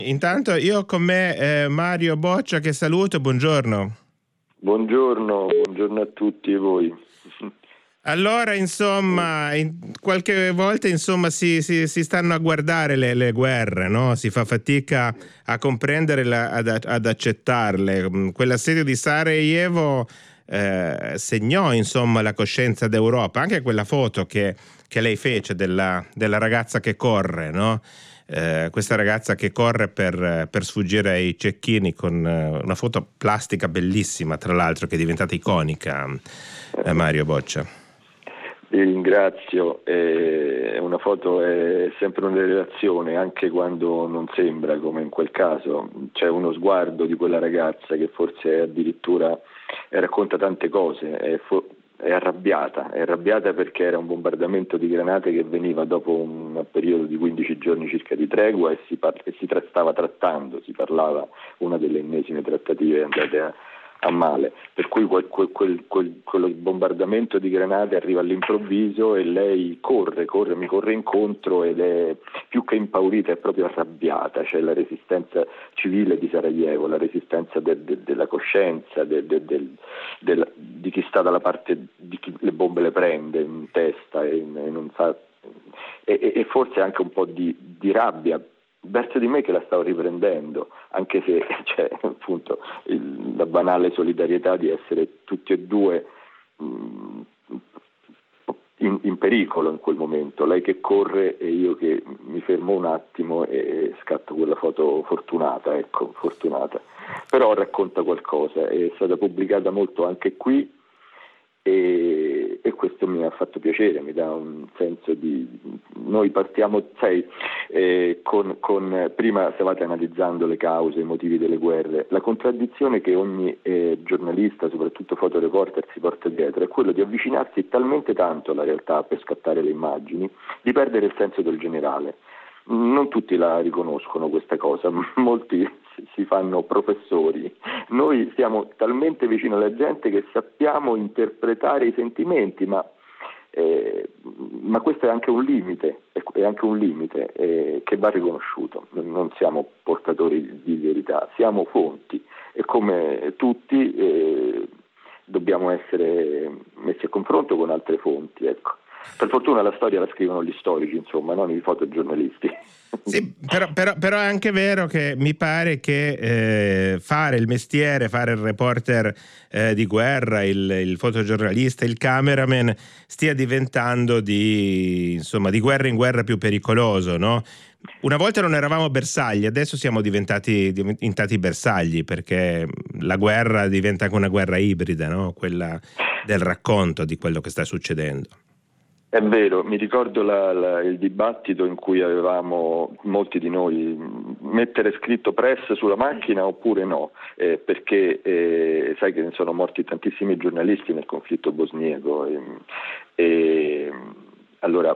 Intanto io ho con me Mario Boccia che saluto, buongiorno. Buongiorno a tutti e voi. Allora, insomma, qualche volta insomma, si stanno a guardare le guerre, no? Si fa fatica a comprenderle, ad accettarle. Quell'assedio di Sarajevo segnò insomma la coscienza d'Europa, anche quella foto che lei fece della ragazza che corre, no? Questa ragazza che corre per sfuggire ai cecchini con una foto plastica bellissima, tra l'altro, che è diventata iconica, Mario Boccia. Vi ringrazio, una foto è sempre una relazione, anche quando non sembra, come in quel caso. C'è uno sguardo di quella ragazza che forse addirittura racconta tante cose, è arrabbiata perché era un bombardamento di granate che veniva dopo un periodo di 15 giorni circa di tregua e stava trattando, si parlava una delle ennesime trattative andate a male, per cui quello bombardamento di granate arriva all'improvviso e lei mi corre incontro ed è più che impaurita, è proprio arrabbiata. C'è la resistenza civile di Sarajevo, la resistenza della coscienza, di chi sta dalla parte di chi le bombe le prende in testa e non sa, e forse anche un po' di rabbia verso di me che la stavo riprendendo, anche se c'è appunto la banale solidarietà di essere tutti e due in pericolo in quel momento, lei che corre e io che mi fermo un attimo e scatto quella foto fortunata, però racconta qualcosa, è stata pubblicata molto anche qui e questo mi ha fatto piacere, mi dà un senso di... Noi partiamo, prima stavate analizzando le cause, i motivi delle guerre, la contraddizione che ogni giornalista, soprattutto fotoreporter, si porta dietro è quello di avvicinarsi talmente tanto alla realtà per scattare le immagini, di perdere il senso del generale. Non tutti la riconoscono questa cosa, molti si fanno professori. Noi stiamo talmente vicino alla gente che sappiamo interpretare i sentimenti, ma questo è anche un limite, che va riconosciuto. Non siamo portatori di verità, siamo fonti e come tutti dobbiamo essere messi a confronto con altre fonti, ecco. Per fortuna la storia la scrivono gli storici, insomma, non i fotogiornalisti. Sì, però è anche vero che mi pare che fare il mestiere, fare il reporter di guerra, il fotogiornalista, il cameraman stia diventando di guerra in guerra più pericoloso, no? Una volta non eravamo bersagli, adesso siamo diventati bersagli, perché la guerra diventa anche una guerra ibrida, no? Quella del racconto di quello che sta succedendo. È vero, mi ricordo il dibattito in cui avevamo molti di noi mettere scritto press sulla macchina oppure no, perché sai che ne sono morti tantissimi giornalisti nel conflitto bosniaco allora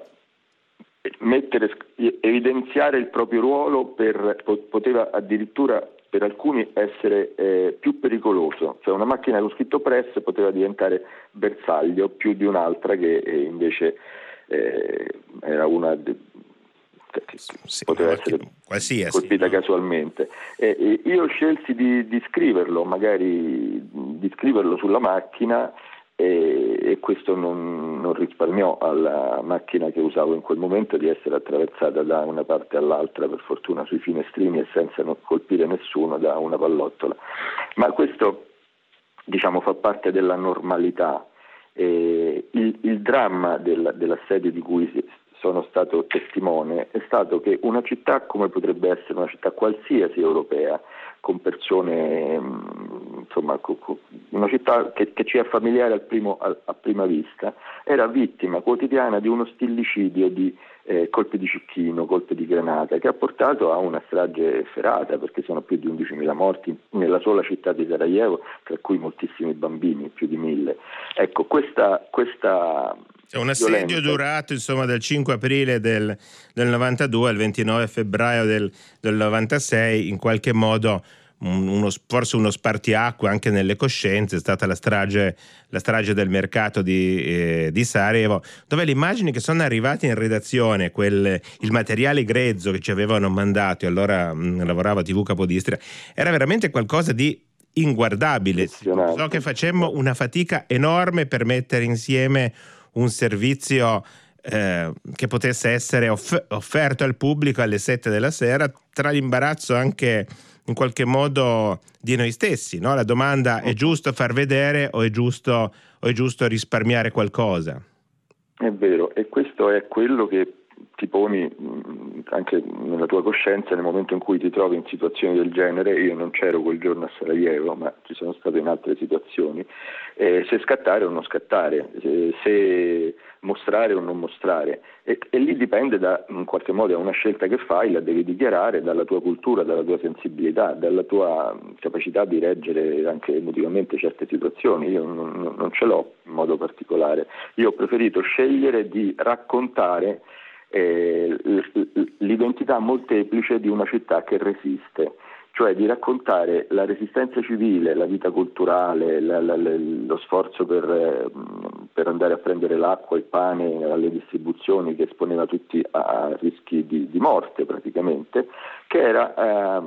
evidenziare il proprio ruolo poteva addirittura per alcuni essere più pericoloso, cioè una macchina con scritto press poteva diventare bersaglio più di un'altra che invece era una che poteva essere colpita casualmente. Io scelsi di scriverlo, magari di scriverlo sulla macchina, e questo non risparmiò alla macchina che usavo in quel momento di essere attraversata da una parte all'altra, per fortuna sui finestrini e senza non colpire nessuno, da una pallottola. Ma questo, diciamo, fa parte della normalità. Il dramma dell'assedio di cui sono stato testimone è stato che una città, come potrebbe essere una città qualsiasi europea, con persone, insomma, una città che ci è familiare a prima vista, era vittima quotidiana di uno stillicidio di colpi di cecchino, colpi di granata, che ha portato a una strage efferata, perché sono più di 11.000 morti nella sola città di Sarajevo, tra cui moltissimi bambini, più di 1.000. Ecco, questa è un assedio durato, insomma, dal 5 aprile del 92 al 29 febbraio del 96, in qualche modo forse uno spartiacque anche nelle coscienze, è stata la strage del mercato di Sarajevo, dove le immagini che sono arrivate in redazione, il materiale grezzo che ci avevano mandato, allora lavorava a TV Capodistria, era veramente qualcosa di inguardabile. So che facemmo una fatica enorme per mettere insieme un servizio che potesse essere offerto al pubblico alle 7 della sera, tra l'imbarazzo anche in qualche modo di noi stessi, no? La domanda: è giusto far vedere o è giusto risparmiare qualcosa? È vero, e questo è quello che ti poni anche nella tua coscienza nel momento in cui ti trovi in situazioni del genere. Io non c'ero quel giorno a Sarajevo, ma ci sono stato in altre situazioni, se scattare o non scattare, se mostrare o non mostrare, e lì dipende in qualche modo, è una scelta che fai, la devi dichiarare, dalla tua cultura, dalla tua sensibilità, dalla tua capacità di reggere anche emotivamente certe situazioni. Io non ce l'ho in modo particolare, io ho preferito scegliere di raccontare l'identità molteplice di una città che resiste, cioè di raccontare la resistenza civile, la vita culturale, lo sforzo per andare a prendere l'acqua, il pane alle distribuzioni, che esponeva tutti a rischi di morte praticamente, che era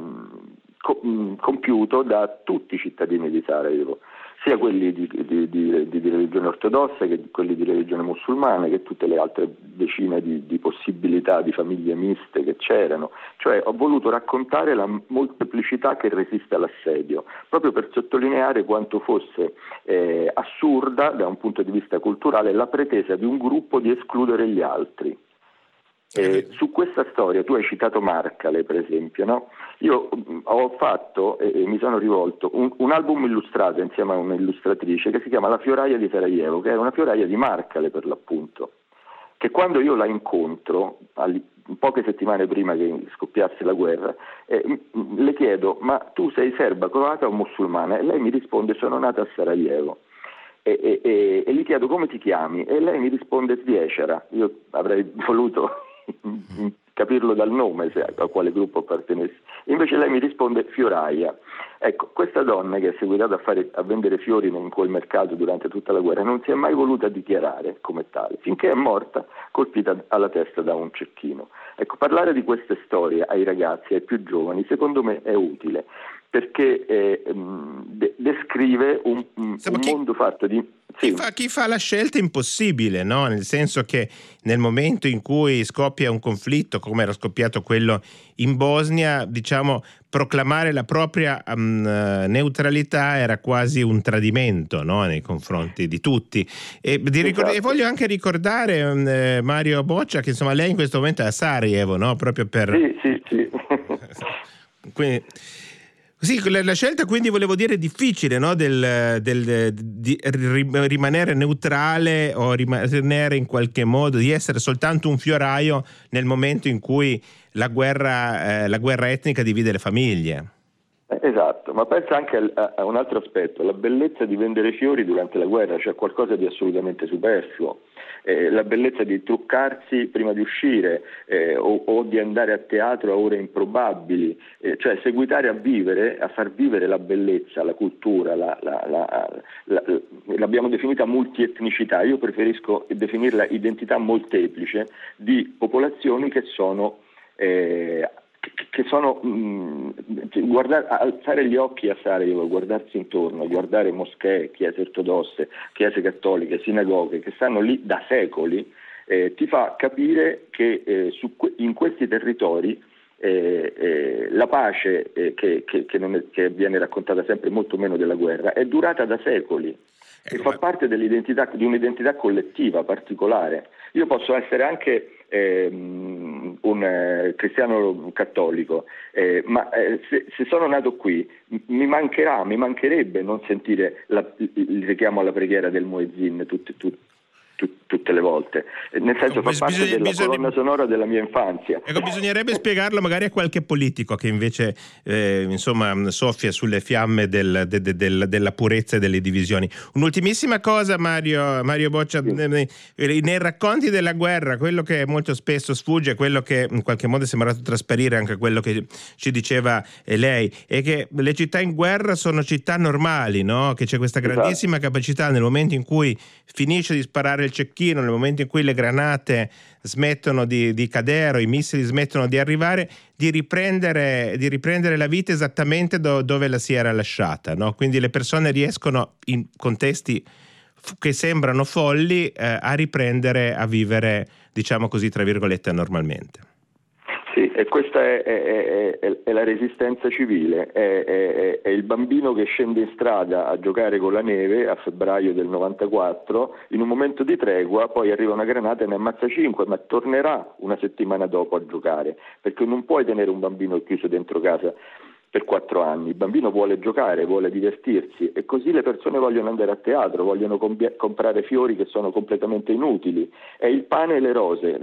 compiuto da tutti i cittadini di Sarajevo, sia quelli di religione ortodossa che quelli di religione musulmana, che tutte le altre decine di possibilità di famiglie miste che c'erano. Cioè ho voluto raccontare la molteplicità che resiste all'assedio, proprio per sottolineare quanto fosse assurda da un punto di vista culturale la pretesa di un gruppo di escludere gli altri. Su questa storia tu hai citato Markale, per esempio, no? Io ho fatto e mi sono rivolto un album illustrato insieme a un'illustratrice che si chiama La fioraia di Sarajevo, che è una fioraia di Markale per l'appunto, che quando io la incontro poche settimane prima che scoppiasse la guerra, le chiedo: ma tu sei serba, croata o musulmana? E lei mi risponde: sono nata a Sarajevo. E gli chiedo: come ti chiami? E lei mi risponde: Sviecera. Io avrei voluto capirlo dal nome, a quale gruppo appartenesse. Invece lei mi risponde Fioraia. Ecco, questa donna che è seguitata a vendere fiori in quel mercato durante tutta la guerra non si è mai voluta dichiarare come tale, finché è morta colpita alla testa da un cecchino. Ecco, parlare di queste storie ai ragazzi, ai più giovani, secondo me è utile, perché descrive un mondo fatto di... Sì. Chi fa la scelta impossibile, no? Nel senso che nel momento in cui scoppia un conflitto, come era scoppiato quello in Bosnia, diciamo, proclamare la propria neutralità era quasi un tradimento, no? Nei confronti di tutti. E voglio anche ricordare Mario Boccia che insomma lei in questo momento è a Sarajevo, no? Proprio per... Sì. Quindi... Sì, la scelta quindi volevo dire è difficile, no? Di rimanere neutrale o rimanere in qualche modo, di essere soltanto un fioraio nel momento in cui la guerra etnica divide le famiglie. Esatto, ma pensa anche a un altro aspetto, la bellezza di vendere fiori durante la guerra, cioè qualcosa di assolutamente superfluo. La bellezza di truccarsi prima di uscire o di andare a teatro a ore improbabili, cioè seguitare a far vivere la bellezza, la cultura, l'abbiamo definita multietnicità, io preferisco definirla identità molteplice di popolazioni che sono alzare gli occhi a Sarajevo, guardarsi intorno, guardare moschee, chiese ortodosse, chiese cattoliche, sinagoghe che stanno lì da secoli, ti fa capire che in questi territori la pace che viene raccontata sempre molto meno della guerra è durata da secoli e fa parte dell'identità, di un'identità collettiva particolare. Io posso essere anche un cristiano cattolico, ma se sono nato qui mi mancherebbe non sentire il richiamo alla preghiera del Muezzin tutti tutte le volte, nel senso fa parte della colonna sonora della mia infanzia. Ecco, bisognerebbe spiegarlo magari a qualche politico che invece soffia sulle fiamme della purezza e delle divisioni. Un'ultimissima cosa, Mario Boccia, sì. Nei racconti della guerra, quello che molto spesso sfugge, quello che in qualche modo è sembrato trasparire anche quello che ci diceva lei, è che le città in guerra sono città normali, no? Che c'è questa grandissima capacità nel momento in cui finisce di sparare il cecchino, nel momento in cui le granate smettono di cadere, o i missili smettono di arrivare, di riprendere la vita esattamente dove la si era lasciata, no? Quindi le persone riescono in contesti che sembrano folli a riprendere a vivere, diciamo così, tra virgolette, normalmente. Sì, e questa è la resistenza civile, è il bambino che scende in strada a giocare con la neve a febbraio del 94, in un momento di tregua, poi arriva una granata e ne ammazza 5, ma tornerà una settimana dopo a giocare, perché non puoi tenere un bambino chiuso dentro casa per 4 anni. Il bambino vuole giocare, vuole divertirsi, e così le persone vogliono andare a teatro, vogliono comprare fiori che sono completamente inutili. È il pane e le rose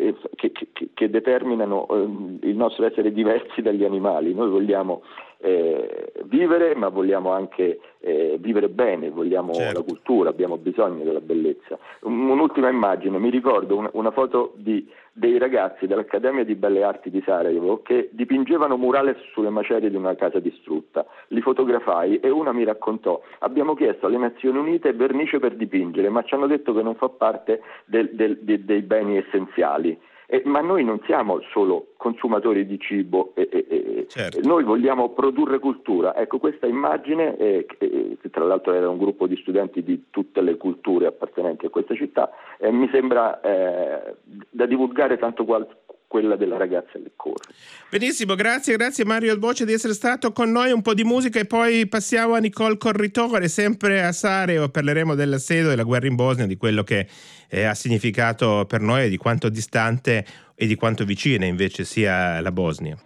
che determinano il nostro essere diversi dagli animali. Noi vogliamo vivere, ma vogliamo anche vivere bene, vogliamo la cultura, abbiamo bisogno della bellezza. Un'ultima immagine, mi ricordo una foto dei ragazzi dell'Accademia di Belle Arti di Sarajevo che dipingevano murales sulle macerie di una casa distrutta. Li fotografai e una mi raccontò: abbiamo chiesto alle Nazioni Unite vernice per dipingere, ma ci hanno detto che non fa parte dei beni essenziali. Ma noi non siamo solo consumatori di cibo, certo. Noi vogliamo produrre cultura. Ecco, questa immagine, che tra l'altro era un gruppo di studenti di tutte le culture appartenenti a questa città, mi sembra da divulgare tanto quella della ragazza che corre. Benissimo, grazie Mario Boccia di essere stato con noi. Un po' di musica e poi passiamo a Nicole Corritore, sempre a Sarajevo. Parleremo dell'assedio della guerra in Bosnia, di quello che ha significato per noi e di quanto distante e di quanto vicina invece sia la Bosnia.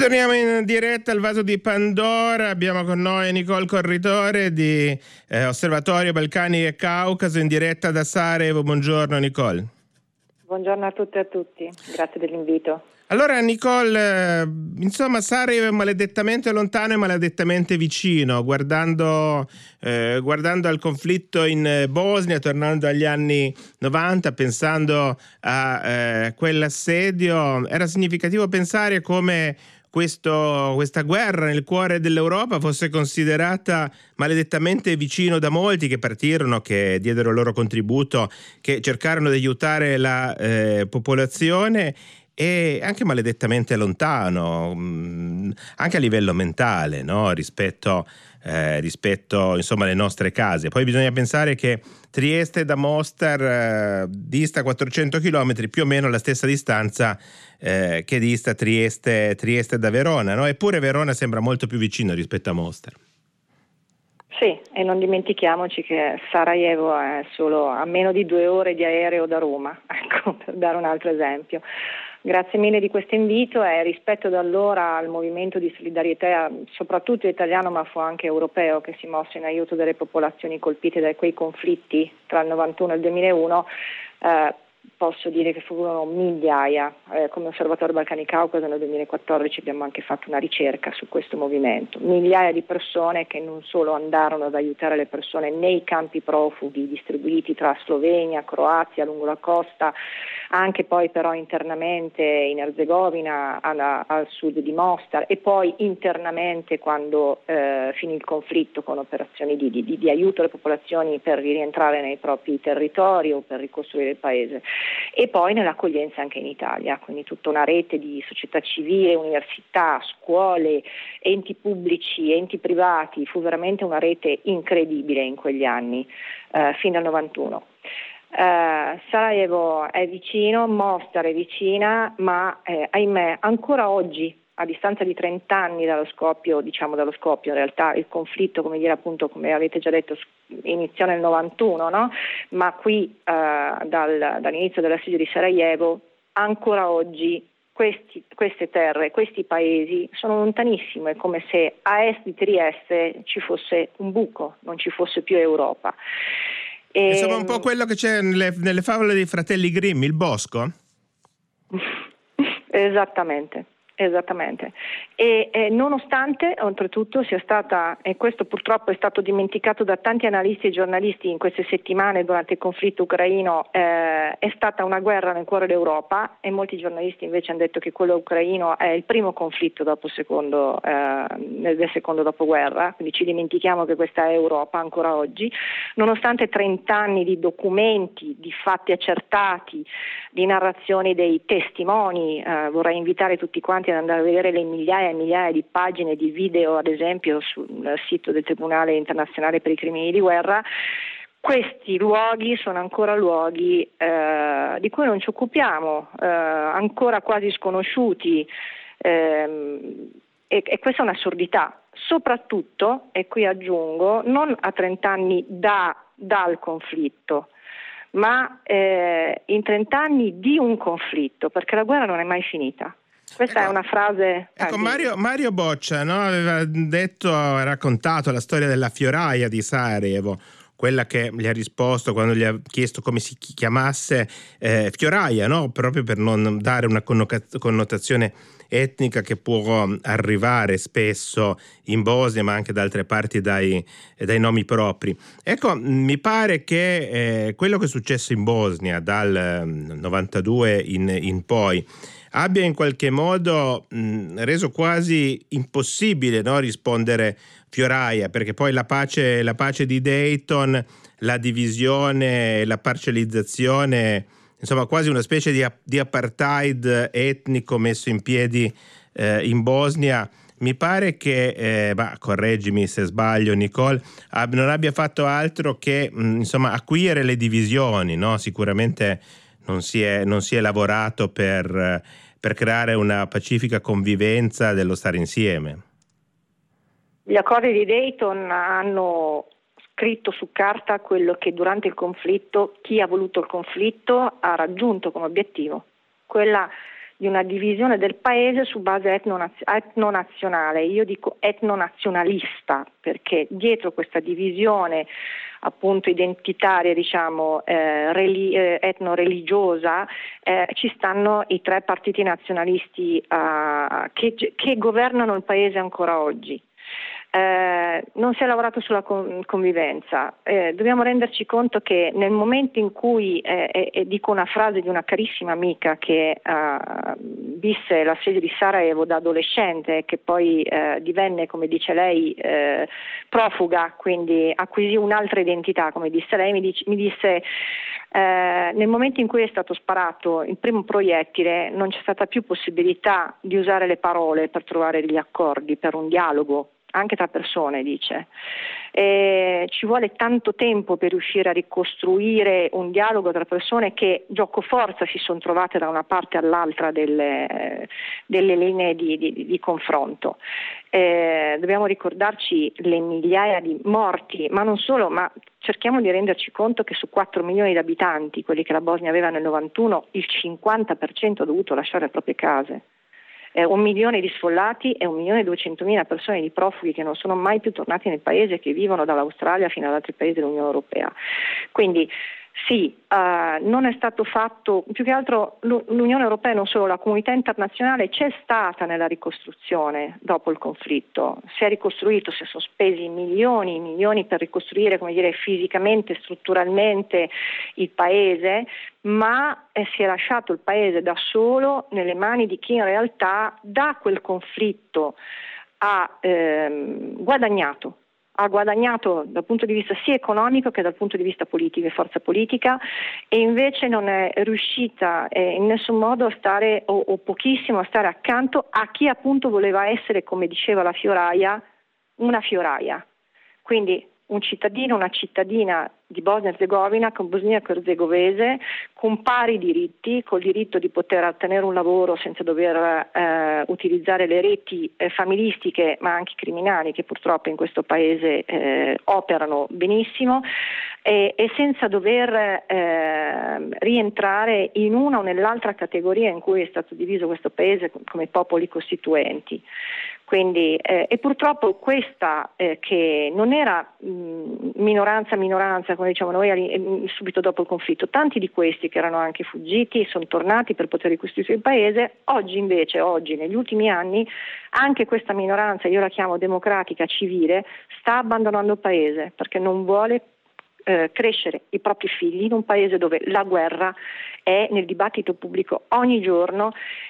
Ritorniamo in diretta al Vaso di Pandora. Abbiamo con noi Nicole Corritore di Osservatorio Balcani e Caucaso, in diretta da Sarajevo. Buongiorno Nicole. Buongiorno a tutte e a tutti, grazie dell'invito. Allora Nicole, insomma Sarajevo è maledettamente lontano e maledettamente vicino, guardando al conflitto in Bosnia, tornando agli anni 90, pensando a quell'assedio, era significativo pensare come questa guerra nel cuore dell'Europa fosse considerata maledettamente vicino da molti che partirono, che diedero il loro contributo, che cercarono di aiutare la popolazione, e anche maledettamente lontano, anche a livello mentale, no? rispetto insomma alle nostre case. Poi bisogna pensare che Trieste da Mostar dista 400 km, più o meno la stessa distanza che dista Trieste da Verona, no? Eppure Verona sembra molto più vicino rispetto a Mostar. Sì, e non dimentichiamoci che Sarajevo è solo a meno di 2 ore di aereo da Roma, ecco, per dare un altro esempio. Grazie mille di questo invito, e rispetto da allora al movimento di solidarietà, soprattutto italiano ma fu anche europeo, che si mosse in aiuto delle popolazioni colpite da quei conflitti tra il 91 e il 2001, posso dire che furono migliaia. Come Osservatorio Balcani Caucaso nel 2014 abbiamo anche fatto una ricerca su questo movimento. Migliaia di persone che non solo andarono ad aiutare le persone nei campi profughi distribuiti tra Slovenia, Croazia, lungo la costa, anche poi però internamente in Erzegovina, al sud di Mostar, e poi internamente quando finì il conflitto, con operazioni di aiuto alle popolazioni per rientrare nei propri territori o per ricostruire il paese. E poi nell'accoglienza anche in Italia, quindi tutta una rete di società civile, università, scuole, enti pubblici, enti privati. Fu veramente una rete incredibile in quegli anni, fino al 91. Sarajevo è vicino, Mostar è vicina, ma ahimè ancora oggi, a distanza di 30 anni dallo scoppio, in realtà il conflitto, come avete già detto, iniziò nel 91, no? Ma qui dall'inizio dell'assedio di Sarajevo, ancora oggi queste terre, questi paesi sono lontanissimi, è come se a est di Trieste ci fosse un buco, non ci fosse più Europa. Insomma un po' quello che c'è nelle favole dei fratelli Grimm, il bosco? Esattamente. E nonostante oltretutto sia stata, e questo purtroppo è stato dimenticato da tanti analisti e giornalisti in queste settimane durante il conflitto ucraino, è stata una guerra nel cuore d'Europa, e molti giornalisti invece hanno detto che quello ucraino è il primo conflitto del secondo dopoguerra, quindi ci dimentichiamo che questa è Europa ancora oggi, nonostante 30 anni di documenti, di fatti accertati, di narrazioni dei testimoni. Vorrei invitare tutti quanti ad andare a vedere le migliaia e migliaia di pagine di video, ad esempio sul sito del Tribunale Internazionale per i Crimini di Guerra. Questi luoghi sono ancora luoghi di cui non ci occupiamo, ancora quasi sconosciuti, e questa è un'assurdità, soprattutto, e qui aggiungo, non a 30 anni dal conflitto, ma in 30 anni di un conflitto, perché la guerra non è mai finita. Questa è una frase. Mario Boccia, no, aveva raccontato la storia della fioraia di Sarajevo, quella che gli ha risposto quando gli ha chiesto come si chiamasse, fioraia, no? Proprio per non dare una connotazione etnica che può arrivare spesso in Bosnia, ma anche da altre parti dai nomi propri. Ecco, mi pare che quello che è successo in Bosnia dal 92 in poi abbia in qualche modo reso quasi impossibile, no, rispondere fioraia, perché poi la pace di Dayton, la divisione, la parcellizzazione, insomma quasi una specie di apartheid etnico messo in piedi in Bosnia, mi pare che, correggimi se sbaglio Nicole, non abbia fatto altro che insomma acuire le divisioni, no? Sicuramente non si è lavorato per creare una pacifica convivenza dello stare insieme. Gli accordi di Dayton hanno scritto su carta quello che durante il conflitto chi ha voluto il conflitto ha raggiunto come obiettivo, quella di una divisione del paese su base etnonazionale. Io dico etnonazionalista, perché dietro questa divisione appunto identitaria, diciamo etno-religiosa, ci stanno i 3 partiti nazionalisti che governano il paese ancora oggi. Non si è lavorato sulla convivenza. Dobbiamo renderci conto che nel momento in cui, dico una frase di una carissima amica che visse l'assedio di Sarajevo da adolescente, che poi divenne, come dice lei, profuga, quindi acquisì un'altra identità, come disse lei, mi disse nel momento in cui è stato sparato il primo proiettile non c'è stata più possibilità di usare le parole per trovare gli accordi, per un dialogo anche tra persone, dice. Ci vuole tanto tempo per riuscire a ricostruire un dialogo tra persone che giocoforza si sono trovate da una parte all'altra delle linee di confronto. Dobbiamo ricordarci le migliaia di morti, ma non solo, ma cerchiamo di renderci conto che su 4 milioni di abitanti, quelli che la Bosnia aveva nel 91, il 50% ha dovuto lasciare le proprie case. 1 milione di sfollati e 1.200.000 persone di profughi che non sono mai più tornati nel paese, che vivono dall'Australia fino ad altri paesi dell'Unione Europea. Quindi sì, non è stato fatto, più che altro l'Unione Europea, non solo, la comunità internazionale c'è stata nella ricostruzione dopo il conflitto, si è ricostruito, si sono spesi milioni per ricostruire, come dire, fisicamente, strutturalmente il paese, ma si è lasciato il paese da solo nelle mani di chi in realtà da quel conflitto ha guadagnato dal punto di vista sia economico che dal punto di vista politico e forza politica, e invece non è riuscita in nessun modo a stare o pochissimo a stare accanto a chi appunto voleva essere, come diceva la fioraia, una fioraia. Quindi un cittadino, una cittadina di Bosnia e Erzegovina, con bosniaco-erzegovese, con pari diritti, col diritto di poter ottenere un lavoro senza dover utilizzare le reti familistiche ma anche criminali che purtroppo in questo paese operano benissimo, e senza dover rientrare in una o nell'altra categoria in cui è stato diviso questo paese come popoli costituenti. Quindi, e purtroppo questa che non era minoranza, come diciamo noi subito dopo il conflitto, tanti di questi che erano anche fuggiti sono tornati per poter ricostituire il paese. Oggi negli ultimi anni, anche questa minoranza, io la chiamo democratica civile, sta abbandonando il paese perché non vuole crescere i propri figli in un paese dove la guerra è nel dibattito pubblico ogni giorno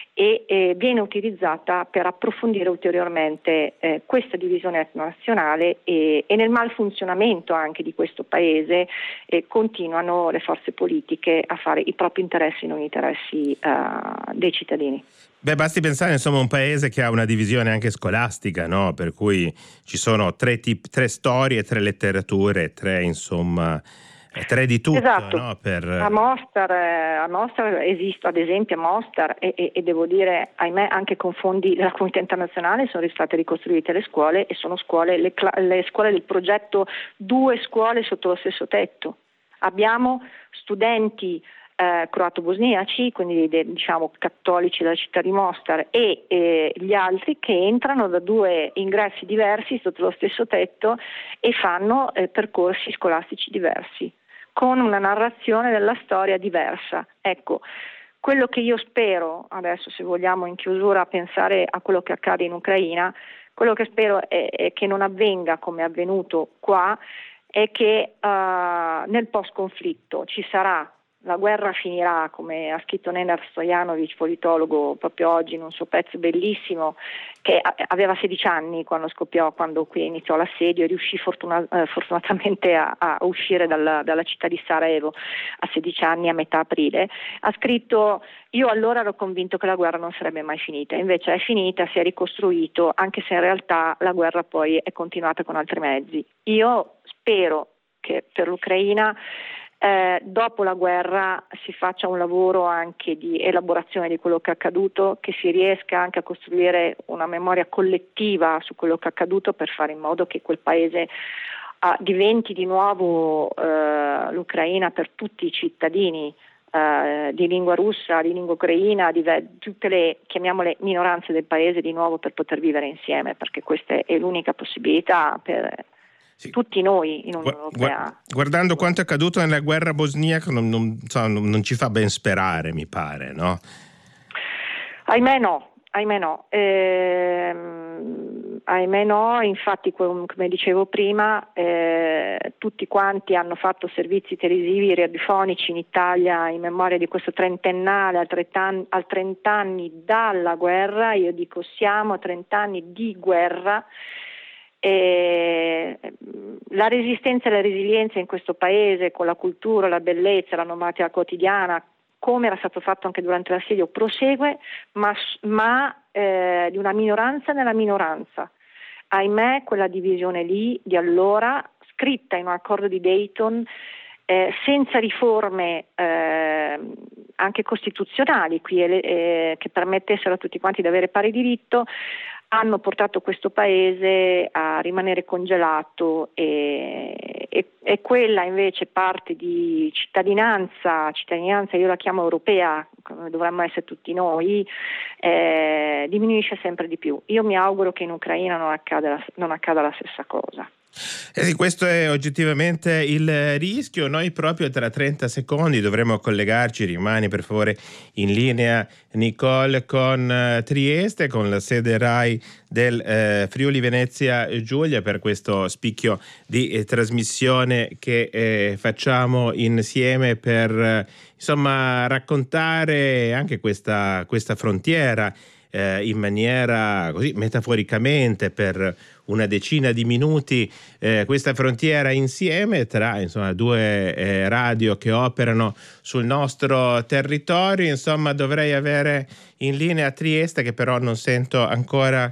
e viene utilizzata per approfondire ulteriormente questa divisione etnonazionale, e nel malfunzionamento anche di questo paese continuano le forze politiche a fare i propri interessi, non gli interessi dei cittadini. Beh, basti pensare insomma a un paese che ha una divisione anche scolastica, no? Per cui ci sono 3 storie, 3 letterature, 3 insomma 3 di tutto. Esatto. No? A Mostar esiste, ad esempio a Mostar, e devo dire, ahimè, anche con fondi della comunità internazionale sono state ricostruite le scuole, e sono scuole, le scuole del progetto 2 scuole sotto lo stesso tetto. Abbiamo studenti croato-bosniaci, quindi diciamo cattolici della città di Mostar, e gli altri che entrano da 2 ingressi diversi sotto lo stesso tetto e fanno percorsi scolastici diversi, con una narrazione della storia diversa. Ecco, quello che io spero, adesso se vogliamo in chiusura pensare a quello che accade in Ucraina, quello che spero è che non avvenga come è avvenuto qua, è che nel post-conflitto ci sarà, la guerra finirà, come ha scritto Nenad Stojanovic, politologo, proprio oggi in un suo pezzo bellissimo, che aveva 16 anni quando scoppiò, quando qui iniziò l'assedio, e riuscì fortunatamente a uscire dalla città di Sarajevo a 16 anni, a metà aprile. Ha scritto: io allora ero convinto che la guerra non sarebbe mai finita, invece è finita, si è ricostruito, anche se in realtà la guerra poi è continuata con altri mezzi. Io spero che per l'Ucraina dopo la guerra si faccia un lavoro anche di elaborazione di quello che è accaduto, che si riesca anche a costruire una memoria collettiva su quello che è accaduto, per fare in modo che quel paese diventi di nuovo l'Ucraina per tutti i cittadini di lingua russa, di lingua ucraina, tutte le, chiamiamole, minoranze del paese di nuovo, per poter vivere insieme, perché questa è l'unica possibilità per tutti noi in Unione Europea. Guardando quanto è accaduto nella guerra bosniaca non ci fa ben sperare, mi pare, no? Ahimè no. Ahimè no, infatti come dicevo prima, tutti quanti hanno fatto servizi televisivi radiofonici in Italia in memoria di questo trentennale al 30 anni dalla guerra. Io dico siamo a 30 anni di guerra. La resistenza e la resilienza in questo paese, con la cultura, la bellezza, la normalità quotidiana, come era stato fatto anche durante l'assedio, prosegue, ma di una minoranza nella minoranza. Ahimè, quella divisione lì di allora, scritta in un accordo di Dayton, senza riforme anche costituzionali che permettessero a tutti quanti di avere pari diritto, hanno portato questo paese a rimanere congelato, e quella invece parte di cittadinanza io la chiamo europea, come dovremmo essere tutti noi, diminuisce sempre di più. Io mi auguro che in Ucraina non accada la stessa cosa. Questo è oggettivamente il rischio. Noi proprio tra 30 secondi dovremo collegarci, rimani per favore in linea Nicole, con Trieste, con la sede RAI del Friuli Venezia Giulia, per questo spicchio di trasmissione che facciamo insieme per raccontare anche questa frontiera in maniera così metaforicamente, per una decina di minuti, questa frontiera insieme tra due radio che operano sul nostro territorio. Dovrei avere in linea Trieste, che però non sento ancora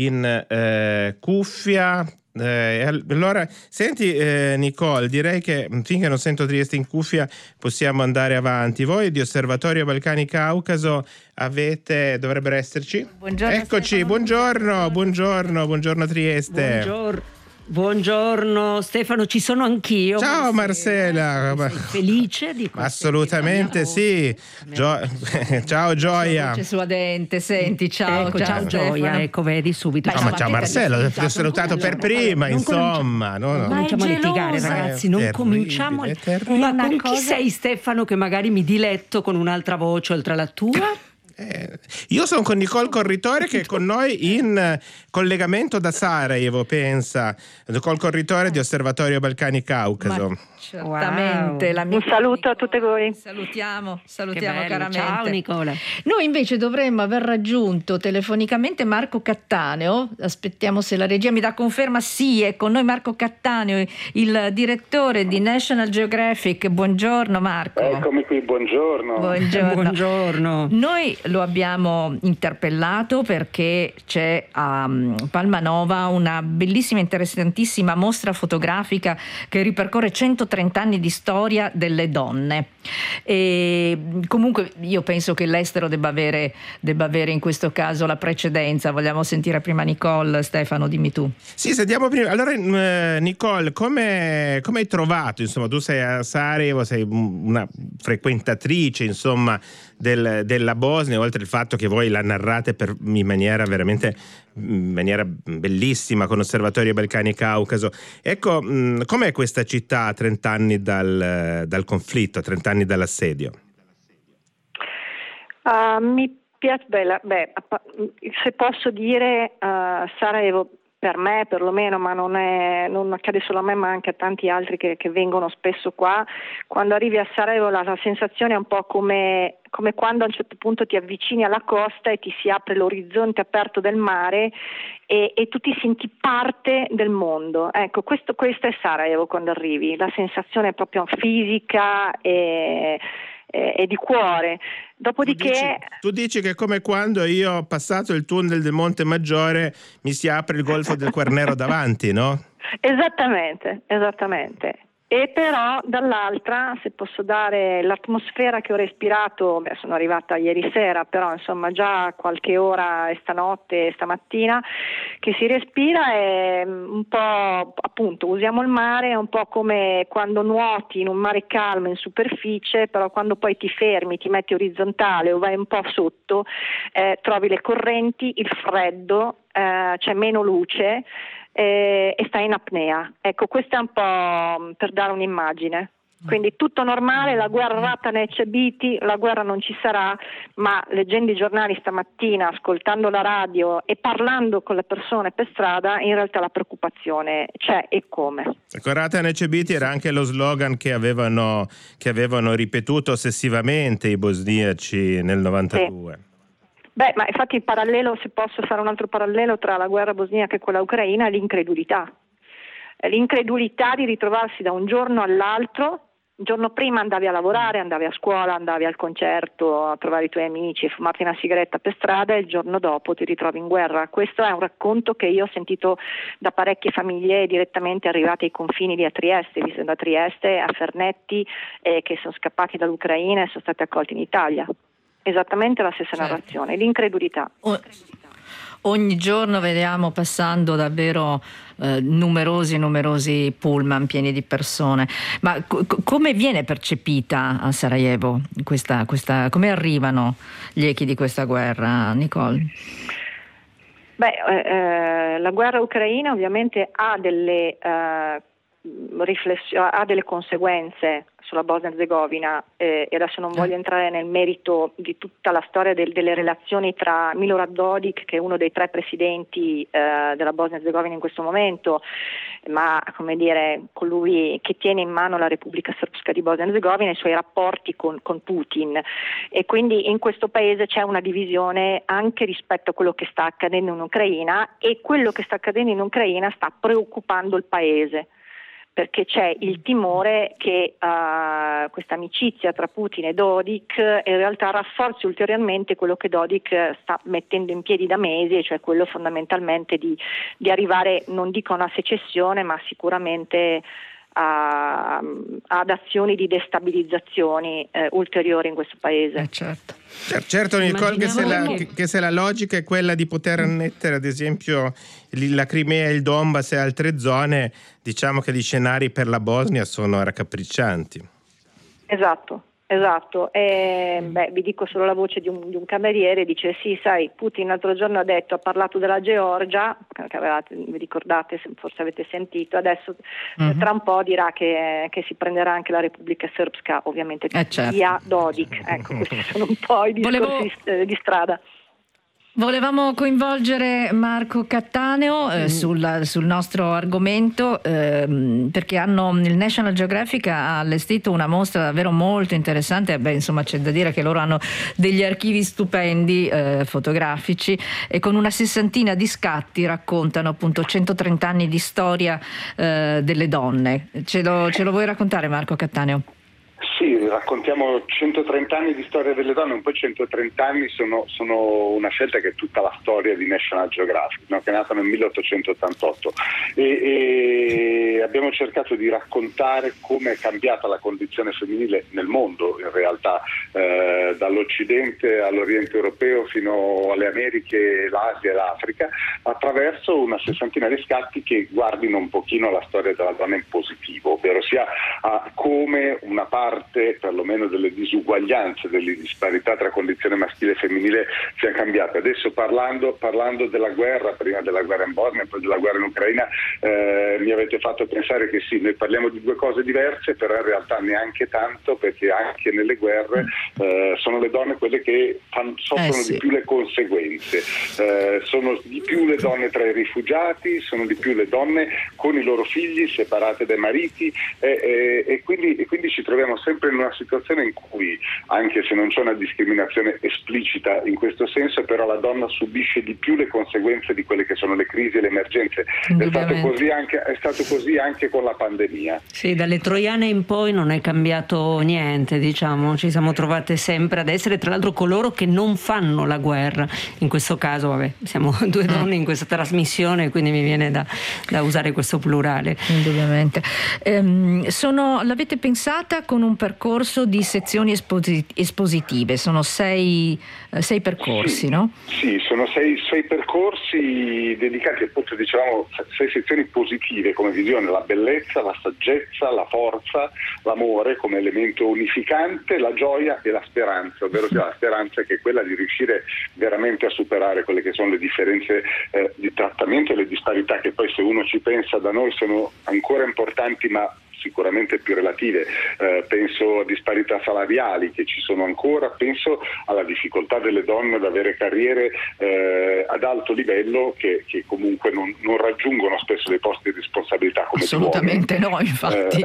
in cuffia. Allora, senti Nicole, direi che finché non sento Trieste in cuffia possiamo andare avanti. Voi di Osservatorio Balcani Caucaso dovrebbero esserci? Buongiorno, eccoci, Stefano. buongiorno Trieste. Buongiorno Stefano, ci sono anch'io. Ciao Marcela. Sei felice di questo? Assolutamente sì. Ciao Gioia. Voce suadente, senti, ciao Gioia, ecco, vedi subito. Ma ciao Marcella, ti ho salutato per prima, insomma. Non cominciamo a litigare, ragazzi, non cominciamo. Ma con chi sei, Stefano, che magari mi diletto con un'altra voce oltre alla tua? Io sono con Nicole Corritore, che è con noi in collegamento da Sarajevo, pensa. Nicole Corritore di Osservatorio Balcani Caucaso. Certamente. Wow. Un saluto a tutte voi. Salutiamo caramente. Ciao Nicola. Noi invece dovremmo aver raggiunto telefonicamente Marco Cattaneo. Aspettiamo se la regia mi dà conferma. Sì, è con noi Marco Cattaneo, il direttore di National Geographic. Buongiorno Marco. Eccomi qui, buongiorno. Noi lo abbiamo interpellato perché c'è a Palmanova una bellissima, interessantissima mostra fotografica che ripercorre 130 anni di storia delle donne. E comunque io penso che l'estero debba avere in questo caso la precedenza. Vogliamo sentire prima Nicole. Stefano, dimmi tu. Sì, sentiamo prima. Allora Nicole, come hai trovato? Tu sei a Sarajevo, sei una frequentatrice della Bosnia, oltre il fatto che voi la narrate in maniera bellissima con Osservatorio Balcani Caucaso. Ecco, com'è questa città a 30 anni dal conflitto, a 30 anni dall'assedio? Mi piace, se posso dire, Sarajevo, per me perlomeno, ma non accade solo a me ma anche a tanti altri che vengono spesso qua, quando arrivi a Sarajevo la sensazione è un po' come quando a un certo punto ti avvicini alla costa e ti si apre l'orizzonte aperto del mare e tu ti senti parte del mondo. Ecco, questo è Sarajevo quando arrivi, la sensazione è proprio fisica e di cuore. Dopodiché tu dici che è come quando io ho passato il tunnel del Monte Maggiore, mi si apre il golfo del Quarnero davanti, no? Esattamente. E però dall'altra, se posso dare l'atmosfera che ho respirato, sono arrivata ieri sera, però insomma già qualche ora stanotte, stamattina, che si respira è un po', appunto, usiamo il mare, è un po' come quando nuoti in un mare calmo in superficie, però quando poi ti fermi, ti metti orizzontale o vai un po' sotto, trovi le correnti, il freddo, c'è meno luce, e sta in apnea. Ecco, questo è un po' per dare un'immagine. Quindi tutto normale, la guerra rata ne ecebiti, la guerra non ci sarà, ma leggendo i giornali stamattina, ascoltando la radio e parlando con le persone per strada, in realtà la preoccupazione c'è e come. Ecco, rata ne ecebiti era anche lo slogan che avevano ripetuto ossessivamente i bosniaci nel 92. Sì. Beh, ma infatti il parallelo, se posso fare un altro parallelo tra la guerra bosniaca e quella ucraina, è l'incredulità. L'incredulità di ritrovarsi da un giorno all'altro. Il giorno prima andavi a lavorare, andavi a scuola, andavi al concerto, a trovare i tuoi amici e fumarti una sigaretta per strada, e il giorno dopo ti ritrovi in guerra. Questo è un racconto che io ho sentito da parecchie famiglie direttamente arrivate ai confini di Trieste, da Trieste a Fernetti, che sono scappati dall'Ucraina e sono stati accolti in Italia. Esattamente la stessa narrazione, l'incredulità. Ogni giorno vediamo passando davvero numerosi pullman pieni di persone. Ma come viene percepita a Sarajevo questa come arrivano gli echi di questa guerra, Nicole? La guerra ucraina ovviamente ha delle ha delle conseguenze sulla Bosnia-Herzegovina, e adesso non voglio entrare nel merito di tutta la storia delle relazioni tra Milorad Dodik, che è uno dei 3 presidenti della Bosnia-Herzegovina in questo momento, ma come dire, colui che tiene in mano la Repubblica Srpska di Bosnia-Herzegovina, e i suoi rapporti con Putin, e quindi in questo paese c'è una divisione anche rispetto a quello che sta accadendo in Ucraina, e quello che sta accadendo in Ucraina sta preoccupando il paese, perché c'è il timore che questa amicizia tra Putin e Dodik in realtà rafforzi ulteriormente quello che Dodik sta mettendo in piedi da mesi, e cioè quello fondamentalmente di arrivare, non dico a una secessione, ma sicuramente ad azioni di destabilizzazioni ulteriori in questo paese. Certo, Nicole, che se la logica è quella di poter annettere ad esempio la Crimea, il Donbass e altre zone, diciamo che gli scenari per la Bosnia sono raccapriccianti. Esatto. Vi dico solo la voce di un cameriere, dice: sì, sai, Putin l'altro giorno ha parlato della Georgia, che vi ricordate, forse avete sentito, adesso tra un po' dirà che si prenderà anche la Repubblica Srpska, ovviamente via Dodik. Ecco, questi sono un po' i discorsi di strada. Volevamo coinvolgere Marco Cattaneo sul nostro argomento, perché il National Geographic ha allestito una mostra davvero molto interessante. Insomma, c'è da dire che loro hanno degli archivi stupendi fotografici, e con una 60ina di scatti raccontano appunto 130 anni di storia delle donne. Ce lo vuoi raccontare, Marco Cattaneo? Sì, raccontiamo 130 anni di storia delle donne, un po' 130 anni sono una scelta che è tutta la storia di National Geographic, no? Che è nata nel 1888, e abbiamo cercato di raccontare come è cambiata la condizione femminile nel mondo, in realtà, dall'Occidente all'Oriente europeo fino alle Americhe, l'Asia e l'Africa, attraverso una 60ina di scatti che guardino un pochino la storia della donna in positivo, ovvero sia come una parte perlomeno delle disuguaglianze, delle disparità tra condizione maschile e femminile sia cambiata. Adesso parlando della guerra, prima della guerra in Bosnia e poi della guerra in Ucraina, mi avete fatto pensare che sì, noi parliamo di 2 cose diverse, però in realtà neanche tanto, perché anche nelle guerre sono le donne quelle che soffrono di più le conseguenze, sono di più le donne tra i rifugiati, sono di più le donne con i loro figli separate dai mariti, e quindi ci troviamo sempre in una una situazione in cui, anche se non c'è una discriminazione esplicita in questo senso, però la donna subisce di più le conseguenze di quelle che sono le crisi e le emergenze. È stato così anche con la pandemia. Sì, dalle troiane in poi non è cambiato niente, diciamo, ci siamo trovate sempre ad essere, tra l'altro, coloro che non fanno la guerra. In questo caso, vabbè, siamo due donne in questa trasmissione, quindi mi viene da usare questo plurale. Indubbiamente. L'avete pensata con un percorso di sezioni espositive, sono sei percorsi, sì, no? Sì, sono sei percorsi dedicati, appunto, diciamo, 6 sezioni positive come visione: la bellezza, la saggezza, la forza, l'amore come elemento unificante, la gioia e la speranza, ovvero la speranza che è quella di riuscire veramente a superare quelle che sono le differenze di trattamento e le disparità che poi, se uno ci pensa, da noi sono ancora importanti, ma sicuramente più relative. Penso a disparità salariali che ci sono ancora, penso alla difficoltà delle donne ad avere carriere ad alto livello che comunque non raggiungono spesso dei posti di responsabilità come assolutamente no, infatti.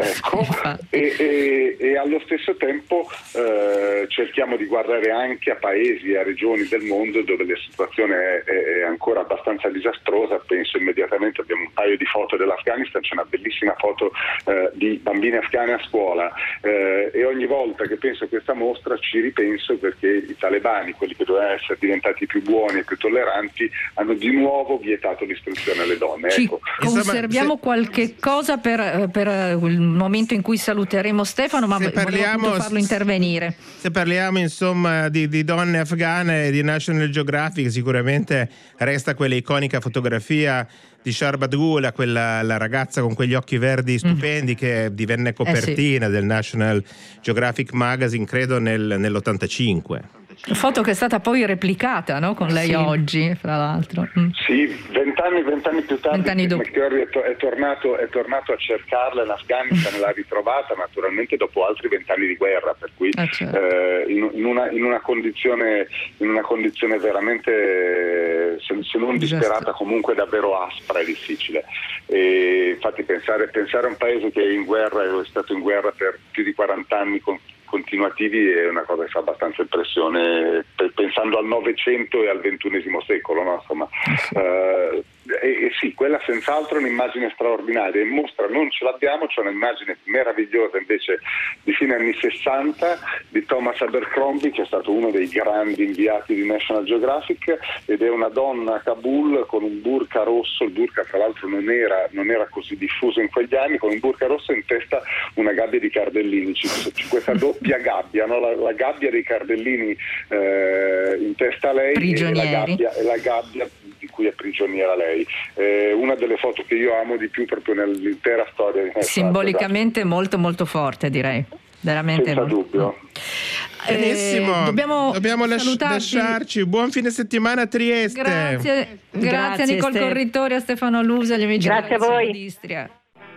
E allo stesso tempo cerchiamo di guardare anche a paesi e a regioni del mondo dove la situazione è ancora abbastanza disastrosa. Penso immediatamente, abbiamo un paio di foto dell'Afghanistan, c'è una bellissima foto di bambine afghane a scuola, e ogni volta che penso a questa mostra ci ripenso, perché i talebani, quelli che dovevano essere diventati più buoni e più tolleranti, hanno di nuovo vietato l'istruzione alle donne. Ecco. Conserviamo qualche cosa per il momento in cui saluteremo Stefano, ma volevo farlo intervenire. Se parliamo insomma di donne afghane e di National Geographic, sicuramente resta quella iconica fotografia di Sharbat Gula, la ragazza con quegli occhi verdi stupendi che divenne copertina del National Geographic Magazine, credo nell'85. Foto che è stata poi replicata, no? Con lei oggi, fra l'altro. Sì, 20 anni più tardi McCurry è tornato a cercarla in Afghanistan e l'ha ritrovata, naturalmente dopo altri 20 anni di guerra, per cui in una condizione veramente, se non disperata, comunque davvero aspra e difficile. E infatti pensare a un paese che è in guerra e è stato in guerra per più di 40 anni continuativi è una cosa che fa abbastanza impressione, pensando al Novecento e al XXI secolo, no? Insomma, e sì, quella senz'altro è un'immagine straordinaria, e mostra, non ce l'abbiamo, c'è un'immagine meravigliosa invece di fine anni 60 di Thomas Abercrombie, che è stato uno dei grandi inviati di National Geographic, ed è una donna a Kabul con un burqa rosso. Il burqa, tra l'altro, non era così diffuso in quegli anni, con un burqa rosso in testa una gabbia di cardellini. C'è questa doppia gabbia, no? La gabbia dei cardellini in testa a lei e la gabbia di cui è prigioniera lei. Una delle foto che io amo di più proprio nell'intera storia. Simbolicamente molto molto forte, direi. Veramente senza dubbio. Benissimo, dobbiamo lasciarci. Buon fine settimana a Trieste. Grazie a Nicole Corritore, a Stefano Lusa, agli amici grazie a voi di Istria.